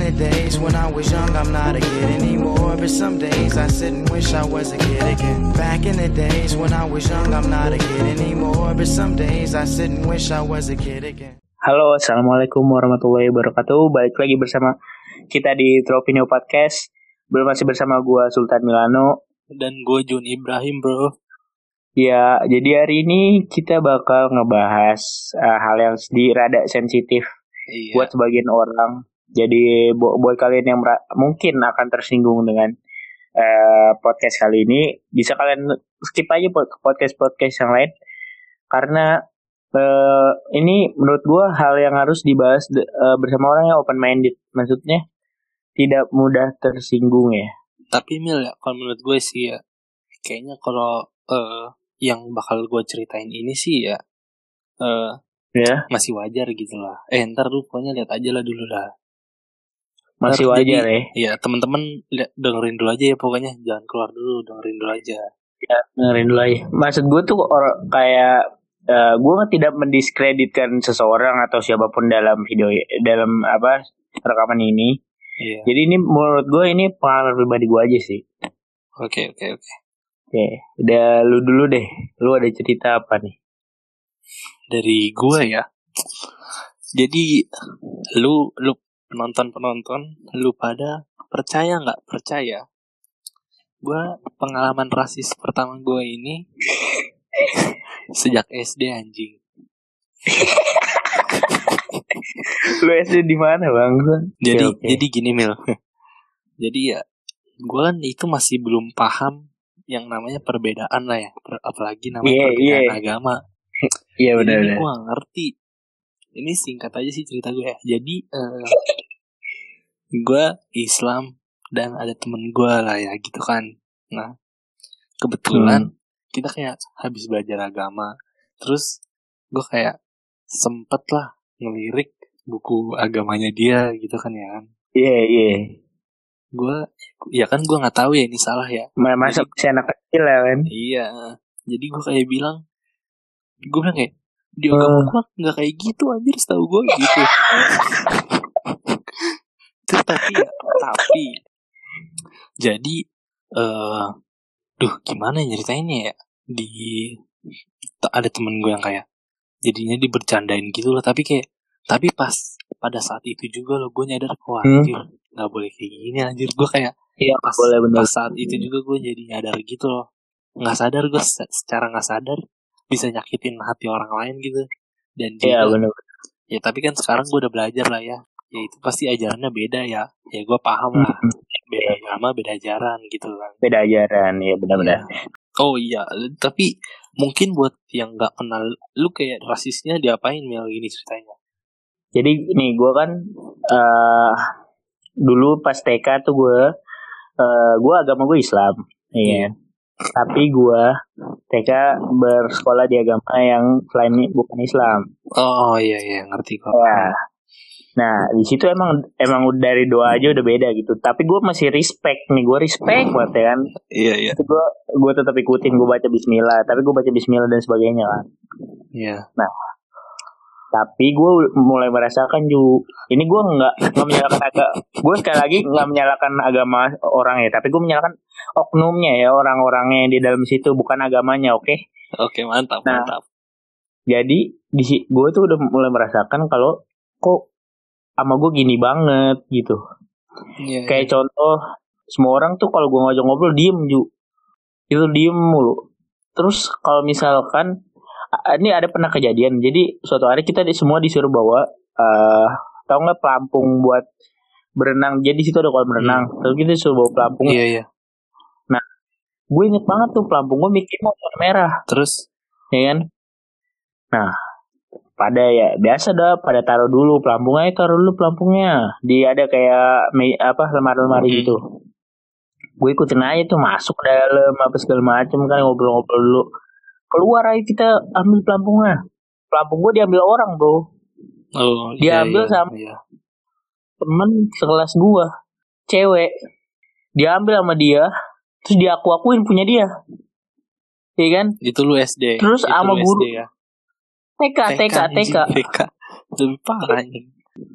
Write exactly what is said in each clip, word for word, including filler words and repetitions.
the days when I was young, I'm not a kid anymore. But some days I sit and wish I was a kid again. Back in the days when I was young, I'm not a kid anymore. But some days I sit and wish I was a kid again. Halo, assalamualaikum warahmatullahi wabarakatuh. Balik lagi bersama kita di Tropinio Podcast. Belum masih bersama gue Sultan Milano dan gue Jun Ibrahim, bro. Ya, jadi hari ini kita bakal ngebahas uh, hal yang sedih rada sensitif iya. buat sebagian orang. Jadi buat kalian yang mer- mungkin akan tersinggung dengan uh, podcast kali ini, bisa kalian skip aja podcast-podcast yang lain. Karena uh, ini menurut gue hal yang harus dibahas uh, bersama orang yang open-minded. Maksudnya tidak mudah tersinggung ya. Tapi Mil ya, kalau menurut gue sih ya, kayaknya kalau uh, yang bakal gue ceritain ini sih ya, uh, yeah. masih wajar gitu lah. Eh ntar lu pokoknya lihat aja lah dulu lah. Masih ntar, wajar jadi, ya. Ya teman-teman li- dengerin dulu aja ya pokoknya, jangan keluar dulu, dengerin dulu aja. Ya dengerin dulu aja. Maksud gue tuh or- kayak uh, gue tidak mendiskreditkan seseorang atau siapapun dalam video dalam apa rekaman ini. Iya. Jadi ini menurut gue ini pengalaman pribadi gue aja sih. Oke oke oke. Oke, udah lu dulu deh. Lu ada cerita apa nih? Dari gue ya. Jadi lu lu penonton-penonton, lu pada percaya nggak percaya? Gue pengalaman rasis pertama gue ini sejak S D anjing. Lu S D di mana bang? Jadi okay, okay. jadi gini Mil. Jadi ya, gue kan itu masih belum paham yang namanya perbedaan lah ya, apalagi namanya yeah, perbedaan yeah. agama. Iya yeah, benar. Jadi gue gak ngerti. Ini singkat aja sih cerita gue ya. Jadi uh, gue Islam dan ada temen gue lah ya gitu kan. Nah kebetulan hmm. kita kayak habis belajar agama. Terus gue kayak sempet lah ngelirik buku agamanya dia gitu kan ya kan. Iya yeah, iya yeah. Gue ya kan gue nggak tahu ya ini salah ya. Masuk si anak kecil ya kan. Iya. Jadi gue kayak bilang, gue bilang kayak di agama uh. gue nggak kayak gitu anjir, setahu gue gitu. Terus tapi ya, tapi jadi uh, duh gimana nyeritainnya ya, di ada temen gue yang kayak jadinya dibercandain gitu loh, tapi kayak tapi pas pada saat itu juga loh gue nyadar, wah anjir hmm. nggak boleh kayak gini anjir. Gue kayak iya, pas, boleh, pas saat itu juga gue jadi nyadar gitu loh, nggak sadar gue secara nggak sadar bisa nyakitin hati orang lain gitu. Dan juga iya, bener. Ya tapi kan sekarang gue udah belajar lah ya, ya itu pasti ajarannya beda ya, ya gue paham lah hmm. beda agama beda ajaran gitu kan, beda ajaran ya benar-benar ya. Oh iya, tapi mungkin buat yang nggak kenal, lu kayak rasisnya diapain Mel gini ceritanya? Jadi nih gue kan uh, dulu pas T K tuh gue uh, gue agama gue Islam, iya. Yeah. Tapi gue T K bersekolah di agama yang selain bukan Islam. Oh iya iya ngerti kok. Ya. Nah di situ emang emang dari doa aja udah beda gitu. Tapi gue masih respect nih, gue respect banget ya kan. Iya iya. Gue gue tetap ikutin, gue baca Bismillah. Tapi gue baca Bismillah dan sebagainya kan. Iya. Nah tapi gue mulai merasakan juga, ini gue nggak nggak menyalahkan agama, gue sekali lagi nggak menyalahkan agama orang ya, tapi gue menyalahkan oknumnya ya, orang-orangnya di dalam situ, bukan agamanya. Oke okay? Oke okay, mantap nah, mantap. Jadi di gue tuh udah mulai merasakan kalau kok sama gue gini banget gitu. Yeah, kayak yeah. Contoh, semua orang tuh kalau gue ngajak ngobrol diem ju, itu diem mulu. Terus kalau misalkan ini ada pernah kejadian, jadi suatu hari kita di, semua disuruh bawa uh, tahu nggak pelampung buat berenang, jadi situ ada kolam renang, hmm. terus kita disuruh bawa pelampung. Iya iya. Nah gue inget banget tuh pelampung gue mikir mau warna merah, terus ya kan. Nah pada ya biasa dah pada taruh dulu pelampungnya, taruh dulu pelampungnya di ada kayak me, apa lemari-lemari hmm. gitu. Gue ikutin aja tuh masuk dalam apa segala macam kan, ngobrol-ngobrol dulu. Keluar aja kita ambil pelampungnya. Pelampung gue diambil orang bro. Oh, diambil iya, sama iya. temen sekelas gue, cewek. Diambil sama dia, terus dia aku-akuin punya dia. Iya kan? Itu lu S D. Terus itu sama guru. S D, ya? T K, T K, T K. T K. Lebih parah ini.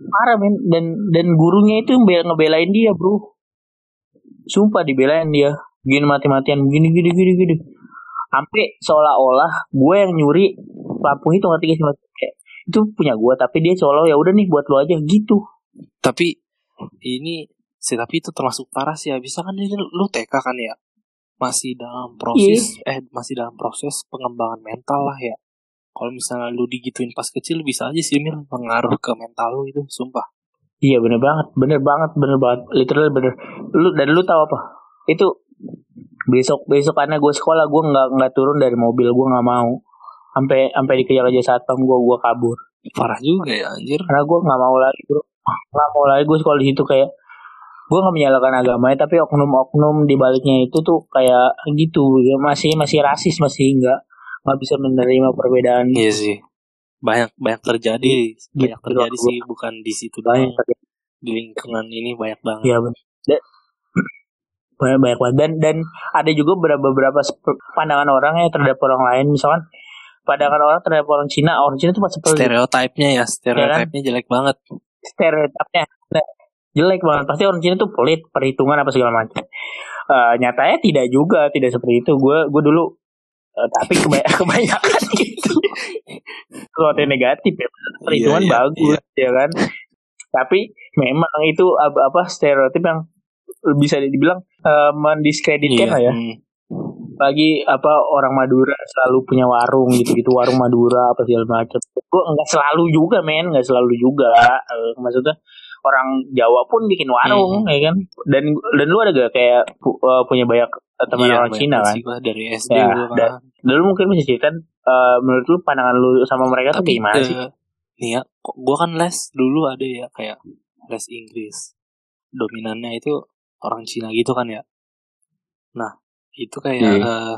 parah men, dan dan gurunya itu ngebelain dia bro, sumpah dibelain dia, gini mati-matian, gini gini gini gini, sampai seolah-olah gue yang nyuri lampu itu, ngerti gak sih, kayak itu punya gue tapi dia seolah ya udah nih buat lo aja gitu. Tapi ini sih, tapi itu termasuk parah sih ya, bisa kan ini lu T K kan ya, masih dalam proses yeah. eh masih dalam proses pengembangan mental lah ya. Kalau misalnya lu digituin pas kecil bisa aja sih Mir pengaruh ke mental lu itu, sumpah. Iya bener banget, bener banget, bener banget, literally bener. Lu dan lu tahu apa? Itu besok besok karena gue sekolah gue nggak nggak turun dari mobil, gue nggak mau. Sampai sampai dikejar aja satpam, gue gue kabur. Parah juga ya anjir. Karena gue nggak mau lagi bro, nggak mau lagi gue sekolah di situ. Kayak gue nggak menyalahkan agamanya, tapi oknum-oknum di baliknya itu tuh kayak gitu ya, masih masih rasis, masih nggak nggak bisa menerima perbedaan. Iya sih, banyak banyak terjadi, gitu, banyak terjadi gitu, sih gua. Bukan di situ doang, di lingkungan ini banyak banget. Iya benar. Banyak banyak banget, dan dan ada juga beberapa beberapa pandangan orang ya terhadap orang lain, misalkan pandangan orang terhadap orang Cina, orang Cina tuh seperti stereotipnya ya, stereotipnya ya kan? Jelek banget. Stereotipnya jelek banget, pasti orang Cina tuh pelit, perhitungan apa segala macam. Uh, nyatanya tidak juga, tidak seperti itu. Gue gue dulu uh, tapi kebanyakan, kebanyakan gitu. Sesuatu yang negatif ya, perhitungan iya, bagus iya. ya kan. Tapi memang itu apa, apa stereotip yang bisa dibilang uh, mendiskreditkan iya. lah ya. Hmm. Bagi apa orang Madura selalu punya warung gitu-gitu, warung Madura apa segala macam. Gue enggak selalu juga men, enggak selalu juga. Uh, maksudnya orang Jawa pun bikin warung hmm. ya kan. Dan dan lu ada gak kayak uh, punya banyak teman iya, orang Cina kan? Dari S D ya, gue dan, dan lu mungkin bisa ceritain uh, menurut lu pandangan lu sama mereka tuh gimana uh, sih? Nih ya, gue kan les dulu ada ya kayak les Inggris. Dominannya itu orang Cina gitu kan ya. Nah, itu kayak hmm. uh,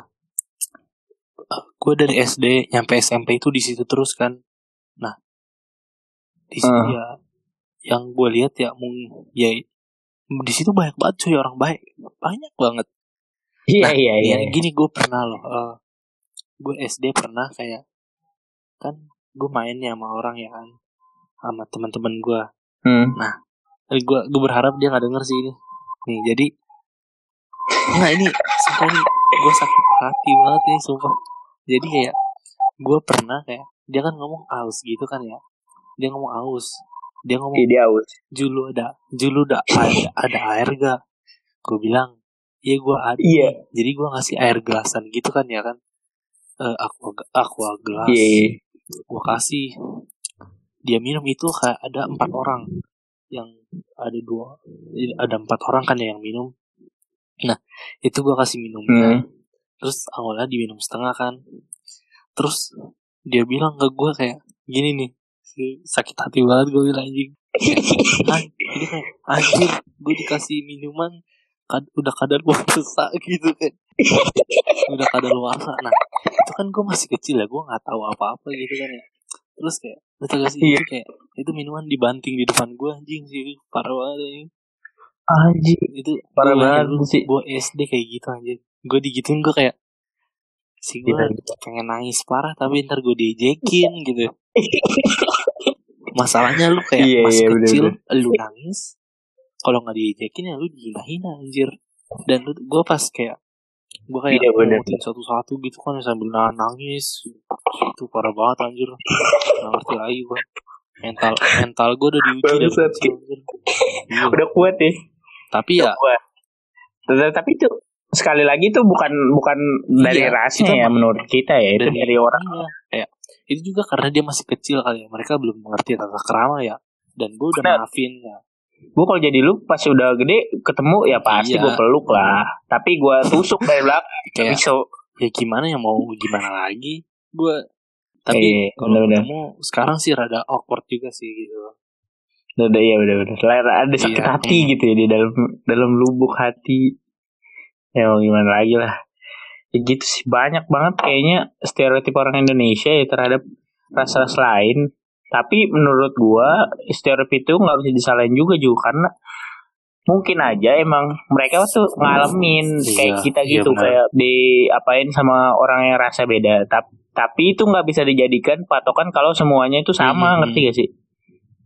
gue dari S D nyampe S M P itu di situ terus kan. Nah, di situ uh. ya yang gue lihat ya mung ya di situ banyak banget cuy orang baik, banyak banget. Iya nah, iya iya. Gini gue pernah loh, uh, gue S D pernah kayak kan gue mainnya sama orang ya kan, sama teman-teman gue. Hmm. Nah, gue gue berharap dia nggak denger sih ini. Nih jadi nggak ini sumpah ini gue sakit hati banget nih sumpah. Jadi kayak gue pernah kayak dia kan ngomong aus gitu kan ya, dia ngomong aus, dia ngomong dia aus. Julu ada, julu ada, ada, ada air gak? Gue bilang, iya gue ada. Iya. Jadi gue ngasih air gelasan gitu kan ya kan, uh, aqua aqua gelas. Iya. Gue kasih, dia minum itu kayak ada empat orang, yang ada dua, ada empat orang kan ya yang minum. Nah itu gue kasih minumnya, hmm. terus awalnya diminum setengah kan, terus dia bilang ke gue kayak gini nih, sakit hati banget gue bilang anjing. Kan jadi kayak anjir gue dikasih minuman kad, udah kadar luarsa gitu kan, udah kadar luarsa. Nah itu kan gue masih kecil ya, gue nggak tahu apa-apa gitu kan ya. Terus kayak betul gak sih itu kayak itu minuman dibanting di depan gue anjing sih, parah banget anjing. Itu parah banget sih. Gue S D kayak gitu anjing, gue digituin gue kayak si gue pengen nangis parah, tapi ntar gue diejekin gitu. Masalahnya lu kayak iya, masih iya, kecil, bener, bener. lu nangis, kalau nggak diejekin ya lu dihina-hina anjir. Dan lu, gue pas kayak gue kayak iya, ngomongin satu-satu gitu kan sambil nangis, itu parah banget anjir. Nggak ngerti lagi gue, mental mental gue udah diuji dari kecil anjir. Iya. Udah kuat ya. Tapi ya, tapi itu sekali lagi tuh bukan bukan dari iya, rasnya ya menurut kita ya, itu dari, dari orang. Iya, kayak itu juga karena dia masih kecil kali ya, mereka belum mengerti tata krama ya. Dan gue udah nah, maafin ya. Gue kalau jadi lu pas udah gede ketemu ya pasti iya. gue peluk lah, tapi gue tusuk dari belakang. Kayak so, ya gimana ya, mau gimana lagi gue. Tapi eh, kalau ketemu sekarang sih rada awkward juga sih gitu. Udah ya udah udah ada sakit iya, hati hmm. gitu ya di dalam dalam lubuk hati. Ya mau gimana lagi lah. Ya gitu sih, banyak banget kayaknya stereotip orang Indonesia ya terhadap ras-ras lain. Tapi menurut gua stereotip itu nggak bisa disalahin juga juga karena mungkin aja emang mereka tuh ngalamin iya, kayak kita gitu, iya kayak diapain sama orang yang rasa beda. Tapi tapi itu nggak bisa dijadikan patokan kalau semuanya itu sama, hmm, ngerti gak sih?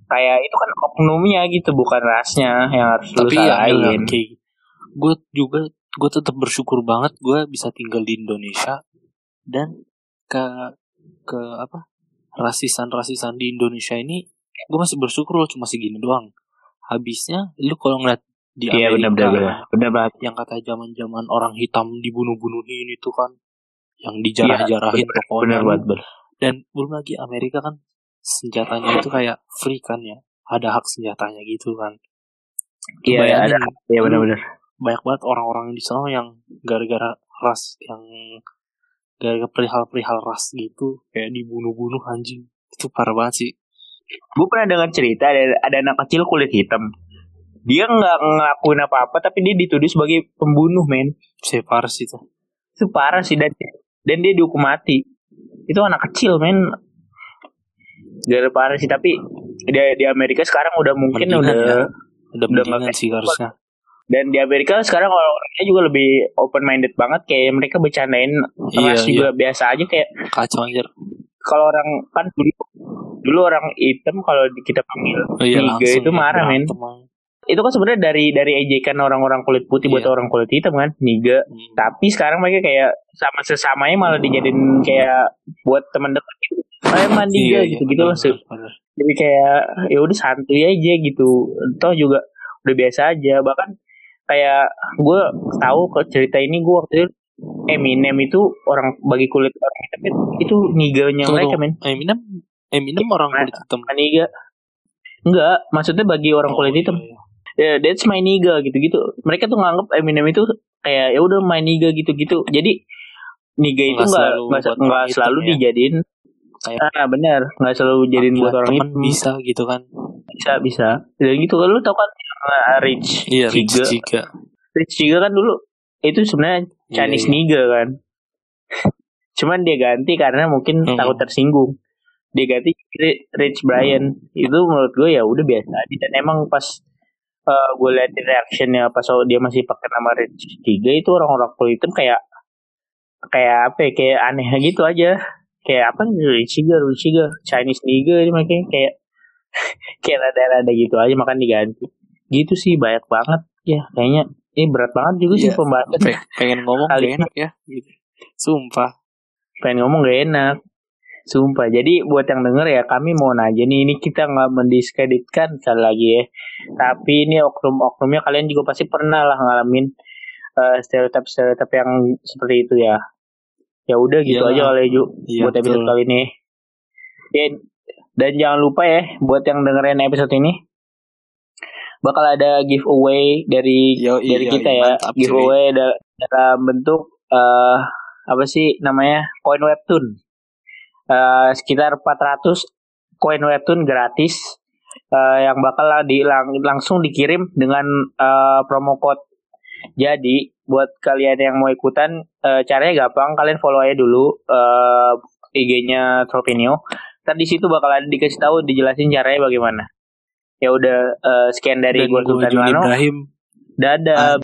kayak itu kan oknumnya gitu, bukan rasnya yang harus lu Tapi ya, salahin. okay. Gue juga gue tetap bersyukur banget gue bisa tinggal di Indonesia dan ke ke apa rasisan-rasisan di Indonesia ini gue masih bersyukur loh cuma segini doang. Habisnya lu kalau ngeliat di Iya, Amerika benar-benar benar banget. yang kata zaman-zaman orang hitam dibunuh-bunuhin itu kan, yang dijarah-jarahin ya, pokoknya. Benar banget. Dan belum lagi Amerika kan senjatanya itu kayak free kan ya, ada hak senjatanya gitu kan. Iya, ada. Iya, benar-benar. Banyak banget orang-orang di sana yang gara-gara ras, yang gara-gara perihal-perihal ras gitu kayak dibunuh-bunuh, anjing. Itu parah banget sih. Gue pernah dengar cerita ada, ada anak kecil kulit hitam. Dia nggak ngelakuin apa-apa tapi dia dituduh sebagai pembunuh, men. Saya parah sih itu. Itu parah sih, dan dan dia dihukum mati. Itu anak kecil, men. Gak parah sih, tapi di, di Amerika sekarang udah mungkin mendingan udah ya. udah udah mendingan sih harusnya. Dan di Amerika sekarang orang-orangnya juga lebih open minded banget, kayak mereka bercandain ras Iya, juga iya. biasa aja, kayak Kacau anjir. kalau orang kan dulu dulu orang hitam kalau kita panggil Oh, iya, niga itu marah, men. Itu kan sebenarnya dari dari ejekan orang-orang kulit putih buat Iya. orang kulit hitam kan, niga. Hmm. Tapi sekarang mereka kayak sama sesamanya malah dijadiin kayak buat teman dekat gitu. Kayak mandiga Iya, gitu iya, gitu loh. bener, bener. Jadi kayak ya udah santuy aja gitu. Toh juga udah biasa aja. Bahkan kayak gue tahu ke cerita ini, gue waktu itu Eminem itu orang bagi kulit orang hitam itu niganya Tuh, mereka, tuh. men. Eminem Eminem orang kulit hitam. Niga. Enggak, maksudnya bagi orang Oh, kulit hitam. iya, iya. Yeah, that's my nigga gitu-gitu. Mereka tuh nganggap Eminem itu kayak ya udah my nigga gitu-gitu. Jadi nigga itu enggak enggak enggak selalu ya. dijadiin kayak ah, benar, enggak selalu jadiin buat orang hitam. Bisa gitu kan. Bisa bisa. Dan gitu kan, lu tau kan uh, Rich Iya, Rich Chiga. Chiga. Rich Chiga kan dulu itu sebenarnya Chinese iya, iya. nigga kan. Cuman dia ganti karena mungkin hmm. takut tersinggung. Dia ganti Rich Brian. Itu menurut gue ya udah biasa aja. Dan emang pas uh, gue lihat reactionnya pas dia masih pakai nama Rich Chiga, itu orang-orang kulit hitam kayak kayak apa ya, kayak aneh gitu aja. Kayak apa nih Rich Chiga, Rich Chiga, Chinese nigga, makanya kayak kayak rada-rada gitu aja, makan diganti. Gitu sih, banyak banget ya kayaknya. Ini berat banget juga yeah. sih pembahasan. Pengen, pengen ngomong kali gak enak ya gitu. Sumpah. Pengen ngomong gak enak. Sumpah. Jadi buat yang denger ya, kami mau nanya nih, ini kita gak mendiskreditkan sekali lagi ya. Tapi ini oknum-oknumnya kalian juga pasti pernah lah ngalamin uh, stereotip-stereotip yang seperti itu ya. Ya udah gitu ya, aja kali Ju ya, buat episode betul. Kali ini. Ya, dan jangan lupa ya buat yang dengerin episode ini, bakal ada giveaway dari yo, iya, dari kita iya, ya. Giveaway da- dalam bentuk uh, apa sih namanya? Koin webtoon. Uh, sekitar empat ratus koin webtoon gratis uh, yang bakal di, lang- langsung dikirim dengan uh, promo code. Jadi buat kalian yang mau ikutan, uh, caranya gampang, kalian follow aja dulu uh, I G-nya Tropinio. Ntar di situ bakal ada dikasih tahu, dijelasin caranya bagaimana. Ya udah, uh, sekian dari gue Sultan Mano. Dadah.